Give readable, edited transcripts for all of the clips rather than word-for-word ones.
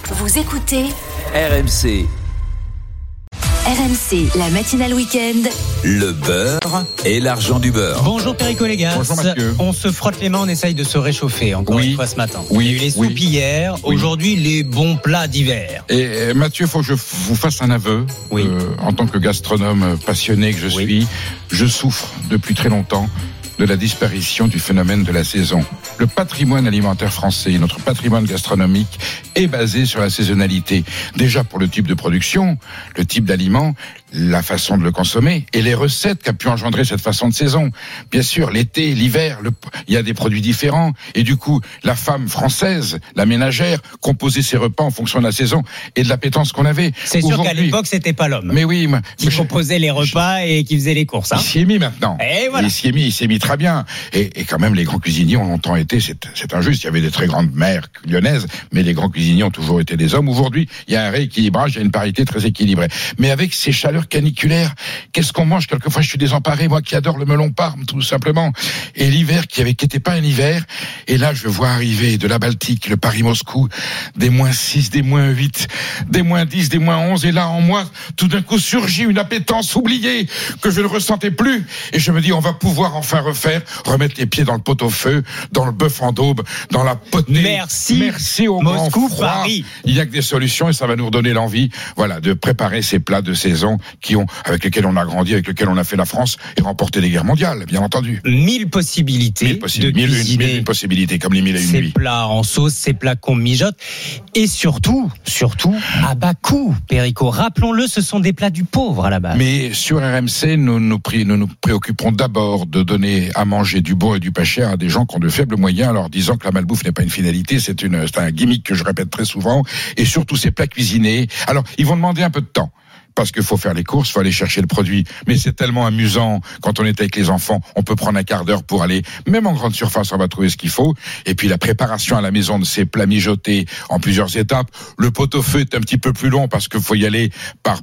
Vous écoutez RMC. RMC, la matinale week-end. Le beurre et l'argent du beurre. Bonjour Perico Légas. Bonjour Mathieu. On se frotte les mains, on essaye de se réchauffer encore une fois ce matin. Il y a eu les soupes hier, aujourd'hui les bons plats d'hiver. Et Mathieu, il faut que je vous fasse un aveu. En tant que gastronome passionné que je suis, je souffre depuis très longtemps de la disparition du phénomène de la saison. Le patrimoine alimentaire français, notre patrimoine gastronomique est basé sur la saisonnalité. Déjà pour le type de production, le type d'aliment, la façon de le consommer et les recettes qu'a pu engendrer cette façon de saison. Bien sûr, l'été, l'hiver, il y a des produits différents et du coup, la femme française, la ménagère, composait ses repas en fonction de la saison et de l'appétence qu'on avait. C'est sûr qu'à l'époque, c'était pas l'homme. Mais oui, qui composait les repas et qui faisait les courses. Il s'y est mis maintenant. Et voilà. Il s'y est mis très bien. Et quand même, les grands cuisiniers ont longtemps été, c'est injuste, il y avait des très grandes mères lyonnaises, mais les grands cuisiniers ont toujours été des hommes. Aujourd'hui, il y a un rééquilibrage, il y a une parité très équilibrée. Mais avec ces chaleurs caniculaires, qu'est-ce qu'on mange? Quelquefois, je suis désemparé, moi qui adore le melon Parme, tout simplement. Et l'hiver qui était pas un hiver. Et là, je vois arriver de la Baltique, le Paris-Moscou, des -6, des -8, des -10, des -11. Et là, en moi, tout d'un coup, surgit une appétence oubliée que je ne ressentais plus. Et je me dis, on va pouvoir enfin remettre les pieds dans le pot-au-feu, dans le bœuf en daube, dans la potée. Merci au Moscou, grand froid. Paris. Il y a que des solutions et ça va nous redonner l'envie, de préparer ces plats de saison avec lesquels on a grandi, avec lesquels on a fait la France et remporté des guerres mondiales, bien entendu. 1000 possibilités de cuisiner. 1000 possibilités, comme les 1000 et une nuits. Ces plats en sauce, ces plats qu'on mijote. Et surtout, à bas coût, Perico. Rappelons-le, ce sont des plats du pauvre à la base. Mais sur RMC, nous nous préoccuperons d'abord de donner à manger du bon et du pas cher à des gens qui ont de faibles moyens, en leur disant que la malbouffe n'est pas une finalité, c'est un gimmick que je répète très souvent. Et surtout ces plats cuisinés. Alors, ils vont demander un peu de temps. Parce qu'il faut faire les courses, il faut aller chercher le produit. Mais c'est tellement amusant, quand on est avec les enfants, on peut prendre un quart d'heure pour aller, même en grande surface, on va trouver ce qu'il faut. Et puis la préparation à la maison de ces plats mijotés en plusieurs étapes. Le pot-au-feu est un petit peu plus long parce qu'il faut y aller par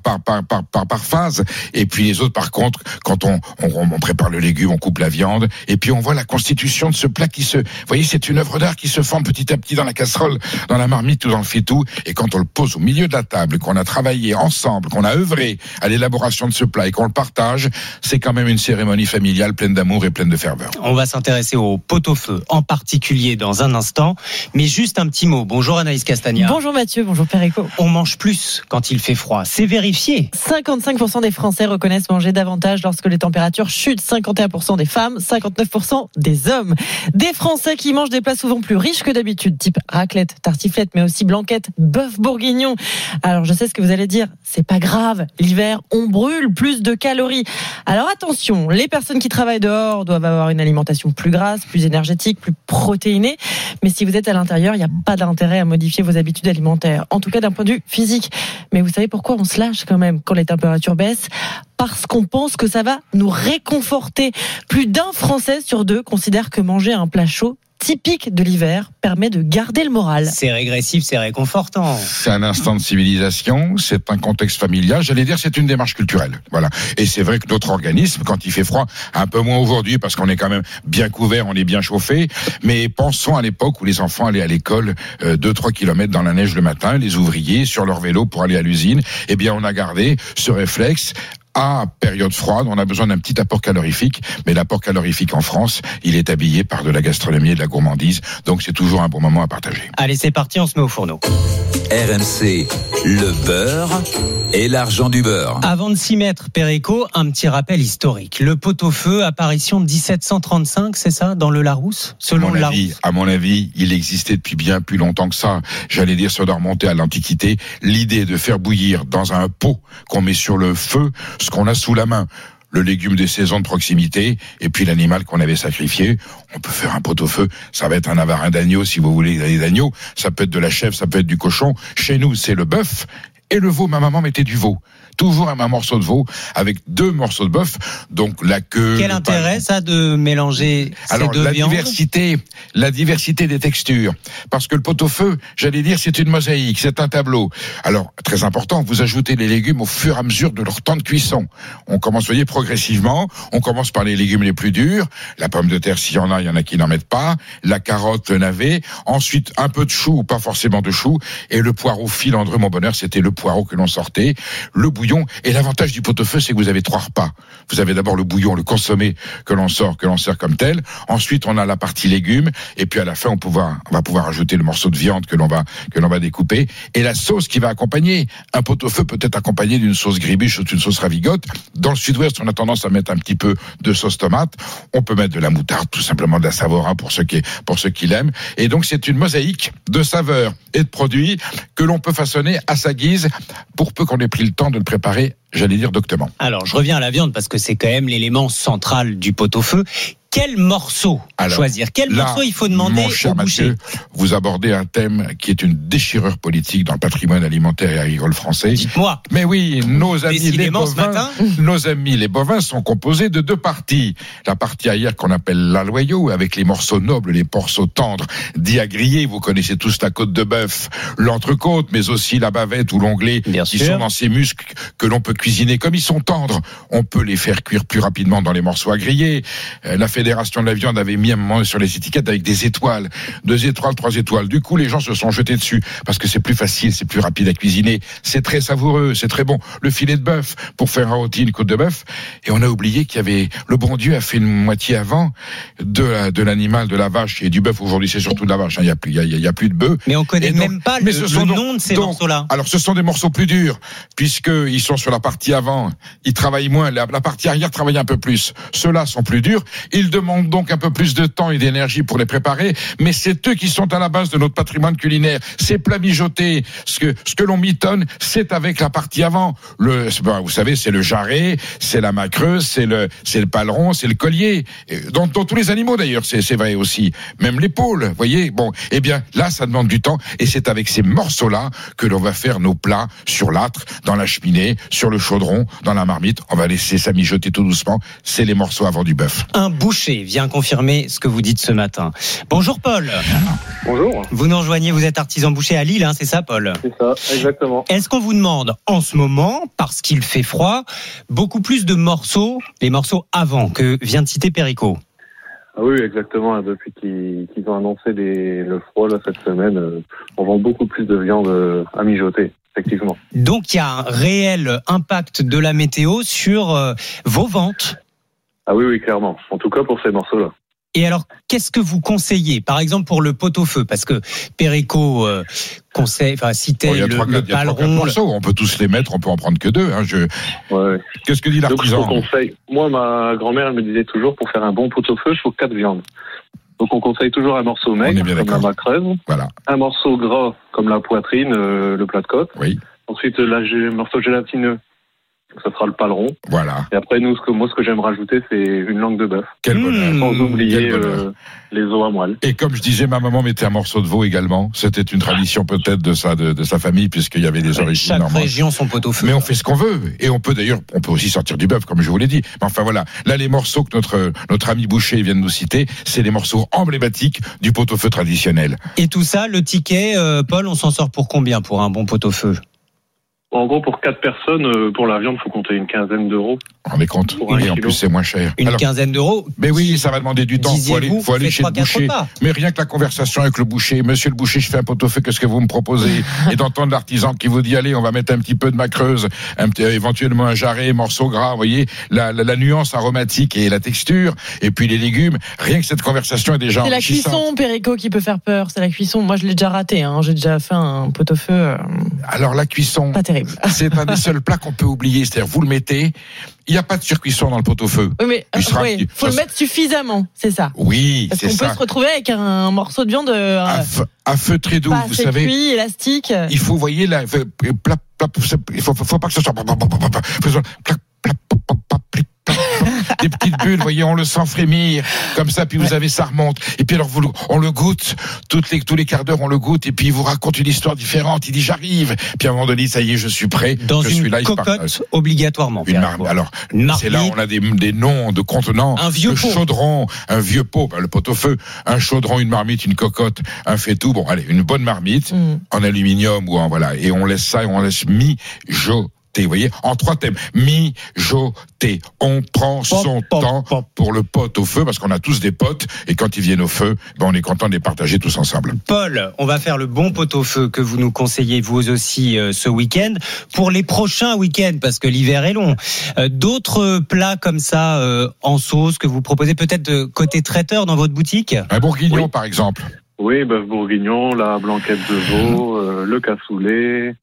phase. Et puis les autres, par contre, quand on prépare le légume, on coupe la viande. Et puis on voit la constitution de ce plat vous voyez, c'est une œuvre d'art qui se forme petit à petit dans la casserole, dans la marmite ou dans le faitout. Et quand on le pose au milieu de la table, qu'on a travaillé ensemble, qu'on a œuvré à l'élaboration de ce plat et qu'on le partage, c'est quand même une cérémonie familiale pleine d'amour et pleine de ferveur. On va s'intéresser au pot-au-feu en particulier dans un instant, mais juste un petit mot. Bonjour Anaïs Castagna. Bonjour Mathieu, bonjour Perico. On mange plus quand il fait froid, c'est vérifié. 55% des Français reconnaissent manger davantage lorsque les températures chutent, 51% des femmes, 59% des hommes. Des Français qui mangent des plats souvent plus riches que d'habitude, type raclette, tartiflette, mais aussi blanquette, bœuf bourguignon. Alors je sais ce que vous allez dire, c'est pas grave. L'hiver, on brûle plus de calories. Alors attention, les personnes qui travaillent dehors doivent avoir une alimentation plus grasse, plus énergétique, plus protéinée. Mais si vous êtes à l'intérieur, il n'y a pas d'intérêt à modifier vos habitudes alimentaires. En tout cas, d'un point de vue physique. Mais vous savez pourquoi on se lâche quand même quand les températures baissent? Parce qu'on pense que ça va nous réconforter. Plus d'un Français sur deux considère que manger un plat chaud typique de l'hiver permet de garder le moral. C'est régressif, c'est réconfortant. C'est un instant de civilisation, c'est un contexte familial, j'allais dire c'est une démarche culturelle. Voilà. Et c'est vrai que notre organisme, quand il fait froid, un peu moins aujourd'hui parce qu'on est quand même bien couvert, on est bien chauffé, mais pensons à l'époque où les enfants allaient à l'école 2-3 kilomètres dans la neige le matin, les ouvriers sur leur vélo pour aller à l'usine, eh bien on a gardé ce réflexe. À période froide, on a besoin d'un petit apport calorifique, mais l'apport calorifique en France, il est habillé par de la gastronomie et de la gourmandise, donc c'est toujours un bon moment à partager. Allez, c'est parti, on se met au fourneau. RMC, le beurre et l'argent du beurre. Avant de s'y mettre, Perico, un petit rappel historique. Le pot-au-feu, apparition de 1735, c'est ça, dans le Larousse, selon le Larousse. À mon avis, il existait depuis bien plus longtemps que ça. J'allais dire, ça doit remonter à l'Antiquité. L'idée de faire bouillir dans un pot qu'on met sur le feu ce qu'on a sous la main, le légume des saisons de proximité, et puis l'animal qu'on avait sacrifié. On peut faire un pot-au-feu, ça va être un avarin d'agneau si vous voulez des agneaux, ça peut être de la chèvre, ça peut être du cochon. Chez nous, c'est le bœuf. Et le veau, ma maman mettait du veau. Toujours un morceau de veau avec 2 morceaux de bœuf, donc la queue. Quel intérêt ça de mélanger ces deux viandes ? La diversité des textures. Parce que le pot-au-feu, j'allais dire, c'est une mosaïque, c'est un tableau. Alors, très important, vous ajoutez les légumes au fur et à mesure de leur temps de cuisson. On commence, voyez, progressivement. On commence par les légumes les plus durs. La pomme de terre, s'il y en a qui n'en mettent pas. La carotte, le navet. Ensuite, un peu de chou ou pas forcément de chou. Et le poireau filandreux, mon bonheur, c'était le poireau que l'on sortait. Le bouillon. Et l'avantage du pot-au-feu, c'est que vous avez 3 repas. Vous avez d'abord le bouillon, le consommé que l'on sert comme tel. Ensuite, on a la partie légumes. Et puis à la fin, on va pouvoir ajouter le morceau de viande que l'on va découper. Et la sauce qui va accompagner. Un pot-au-feu peut être accompagné d'une sauce gribiche ou d'une sauce ravigote. Dans le sud-ouest, on a tendance à mettre un petit peu de sauce tomate. On peut mettre de la moutarde, tout simplement de la Savoura pour ceux qui l'aiment. Et donc, c'est une mosaïque de saveurs et de produits que l'on peut façonner à sa guise pour peu qu'on ait pris le temps de le préparer, j'allais dire doctement. Alors, je reviens à la viande parce que c'est quand même l'élément central du pot-au-feu. Quel morceau choisir ? Quel morceau il faut demander au boucher ? Mathieu, vous abordez un thème qui est une déchirure politique dans le patrimoine alimentaire et agricole français. Dites-moi. Mais oui, nos amis les bovins sont composés de 2 parties. La partie arrière qu'on appelle l'aloyau, avec les morceaux nobles, les morceaux tendres, dits à griller. Vous connaissez tous la côte de bœuf, l'entrecôte, mais aussi la bavette ou l'onglet, qui sont dans ces muscles que l'on peut cuisiner. Comme ils sont tendres, on peut les faire cuire plus rapidement dans les morceaux à griller. La Fédération de la viande avait mis un moment sur les étiquettes avec des étoiles, 2 étoiles, 3 étoiles. Du coup, les gens se sont jetés dessus parce que c'est plus facile, c'est plus rapide à cuisiner, c'est très savoureux, c'est très bon. Le filet de bœuf pour faire un rôti, une côte de bœuf. Et on a oublié qu'il y avait, le bon Dieu a fait une moitié avant de l'animal, de la vache et du bœuf. Aujourd'hui, c'est surtout de la vache. Il y a plus de bœuf. Mais on connaît même pas le nom de ces morceaux-là. Alors, ce sont des morceaux plus durs puisqu'ils sont sur la partie avant. Ils travaillent moins. La partie arrière travaille un peu plus. Ceux-là sont plus durs. Ils demandent donc un peu plus de temps et d'énergie pour les préparer, mais c'est eux qui sont à la base de notre patrimoine culinaire. Ces plats mijotés, ce que l'on mitonne, c'est avec la partie avant. Vous savez, c'est le jarret, c'est la macreuse, c'est le paleron, c'est le collier. Dans tous les animaux d'ailleurs, c'est vrai aussi. Même l'épaule, vous voyez. Bon, eh bien là, ça demande du temps, et c'est avec ces morceaux-là que l'on va faire nos plats sur l'âtre, dans la cheminée, sur le chaudron, dans la marmite. On va laisser ça mijoter tout doucement. C'est les morceaux avant du bœuf. Un boucher vient confirmer ce que vous dites ce matin. Bonjour Paul. Bonjour. Vous nous rejoignez, vous êtes artisan boucher à Lille, c'est ça Paul ? C'est ça, exactement. Est-ce qu'on vous demande en ce moment, parce qu'il fait froid, beaucoup plus de morceaux, les morceaux avant que vient de citer Perico ? Ah oui, exactement. Depuis qu'ils ont annoncé le froid là, cette semaine, on vend beaucoup plus de viande à mijoter. Effectivement. Donc il y a un réel impact de la météo sur vos ventes ? Ah oui, clairement. En tout cas pour ces morceaux-là. Et alors, qu'est-ce que vous conseillez, par exemple pour le pot-au-feu, parce que Perico citait le paleron. On peut tous les mettre, on peut en prendre que 2. Ouais. Qu'est-ce que dit l'artisan ? Donc, moi, ma grand-mère elle me disait toujours, pour faire un bon pot-au-feu, il faut 4 viandes. Donc on conseille toujours un morceau maigre comme la macreuse, un morceau gras comme la poitrine, le plat de côte. Oui. Ensuite, le morceau gélatineux. Ça sera le paleron. Voilà. Et après, ce que j'aime rajouter, c'est une langue de bœuf. Quel bonheur. Sans oublier les os à moelle. Et comme je disais, ma maman mettait un morceau de veau également. C'était une tradition peut-être de sa famille, puisqu'il y avait des origines normandes. Chaque région son pot-au-feu. Mais on fait ce qu'on veut. Et on peut aussi sortir du bœuf, comme je vous l'ai dit. Mais enfin voilà. Là, les morceaux que notre ami boucher vient de nous citer, c'est les morceaux emblématiques du pot-au-feu traditionnel. Et tout ça, le ticket, Paul, on s'en sort pour combien pour un bon pot-au-feu ? En gros, pour 4 personnes, pour la viande, il faut compter une quinzaine d'euros. On est compte. Et en plus, c'est moins cher. Une quinzaine d'euros. Mais oui, ça va demander du temps. Faut aller chez le boucher. Mais rien que la conversation avec le boucher. Monsieur le boucher, je fais un pot-au-feu, qu'est-ce que vous me proposez ? Et d'entendre l'artisan qui vous dit, allez, on va mettre un petit peu de macreuse, éventuellement un jarret, morceau gras, vous voyez, la nuance aromatique et la texture, et puis les légumes. Rien que cette conversation est déjà enrichissante. C'est la cuisson, Perico, qui peut faire peur. C'est la cuisson. Moi, je l'ai déjà raté. J'ai déjà fait un pot-au-feu. Alors, la cuisson. Pas terrible. C'est un des seuls plats qu'on peut oublier. C'est-à-dire, vous le mettez, il n'y a pas de surcuisson dans le pot-au-feu. Oui, mais faut le mettre suffisamment, c'est ça. Oui, c'est ça. Parce qu'on peut se retrouver avec un morceau de viande à feu très doux, vous savez. Cuit, élastique. Il faut, voyez, il faut pas que ce soit des petites bulles, vous voyez, on le sent frémir, comme ça, puis vous avez, ça remonte. Et puis alors, on le goûte, tous les quarts d'heure, on le goûte, et puis il vous raconte une histoire différente, il dit j'arrive, puis à un moment donné, ça y est, je suis prêt. Dans je une suis là, cocotte, obligatoirement. Alors, c'est là où on a des noms de contenants. Un vieux pot. Chaudron, un vieux pot, le pot-au-feu, un chaudron, une marmite, une cocotte, un faitout. Bon, allez, une bonne marmite, en aluminium ou en, voilà. Et on laisse ça et on laisse mijoter. Vous voyez, en 3 thèmes. Mijoter. On prend son temps pour le pot au feu, parce qu'on a tous des potes, et quand ils viennent au feu, on est content de les partager tous ensemble. Paul, on va faire le bon pot au feu que vous nous conseillez, vous aussi, ce week-end. Pour les prochains week-ends, parce que l'hiver est long, d'autres plats comme ça, en sauce, que vous proposez peut-être de côté traiteur dans votre boutique? Un bourguignon, par exemple. Oui, bœuf bourguignon, la blanquette de veau, le cassoulet.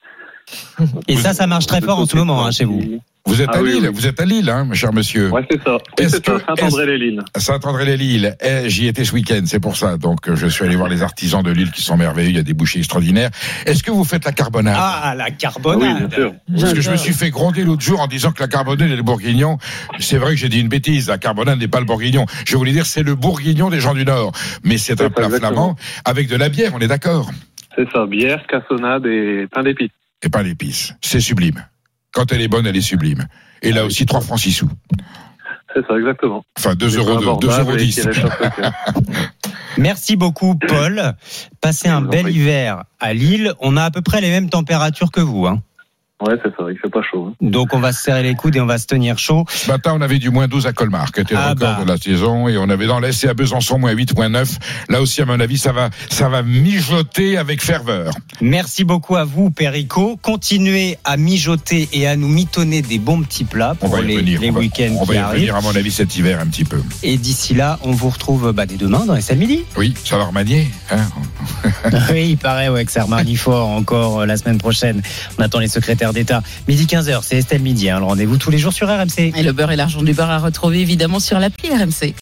Et ça marche très fort en ce moment, chez vous. Vous êtes à Lille, vous êtes à Lille, hein, mon cher monsieur. Ouais, c'est ça. Saint-André-les-Lilles. Saint-André-les-Lilles. J'y étais ce week-end, c'est pour ça. Donc, je suis allé voir les artisans de Lille qui sont merveilleux. Il y a des bouchers extraordinaires. Est-ce que vous faites la carbonade? Ah, la carbonade. Oui, bien sûr. Parce que je me suis fait gronder l'autre jour en disant que la carbonade et le bourguignon, c'est vrai que j'ai dit une bêtise. La carbonade n'est pas le bourguignon. Je voulais dire, c'est le bourguignon des gens du Nord. Mais c'est un plat flamand avec de la bière, on est d'accord? C'est ça, bière, cassonade et pain d'épices. Et pain d'épices. C'est sublime. Quand elle est bonne, elle est sublime. Et là aussi, 3 francs 6 sous. C'est ça, exactement. Enfin, 2,10 €. Merci beaucoup, Paul. Passez un bel hiver à Lille. On a à peu près les mêmes températures que vous, hein. Ouais, c'est ça, il fait pas chaud. Donc on va se serrer les coudes et on va se tenir chaud. Ce matin, on avait du moins 12 à Colmar, qui était le record de la saison, et on avait dans l'Est et à Besançon moins 8, moins 9. Là aussi, à mon avis, ça va mijoter avec ferveur. Merci beaucoup à vous, Perico. Continuez à mijoter et à nous mitonner des bons petits plats pour les week-ends. On va y revenir, à mon avis, cet hiver un petit peu. Et d'ici là, on vous retrouve dès demain dans SL Midi. Oui, ça va remanier, hein. Oui, il paraît que ça remanie fort encore la semaine prochaine. On attend les secrétaires d'État. Midi 15h, c'est Estelle Midi, le rendez-vous tous les jours sur RMC. Et le beurre et l'argent du beurre à retrouver évidemment sur l'appli RMC.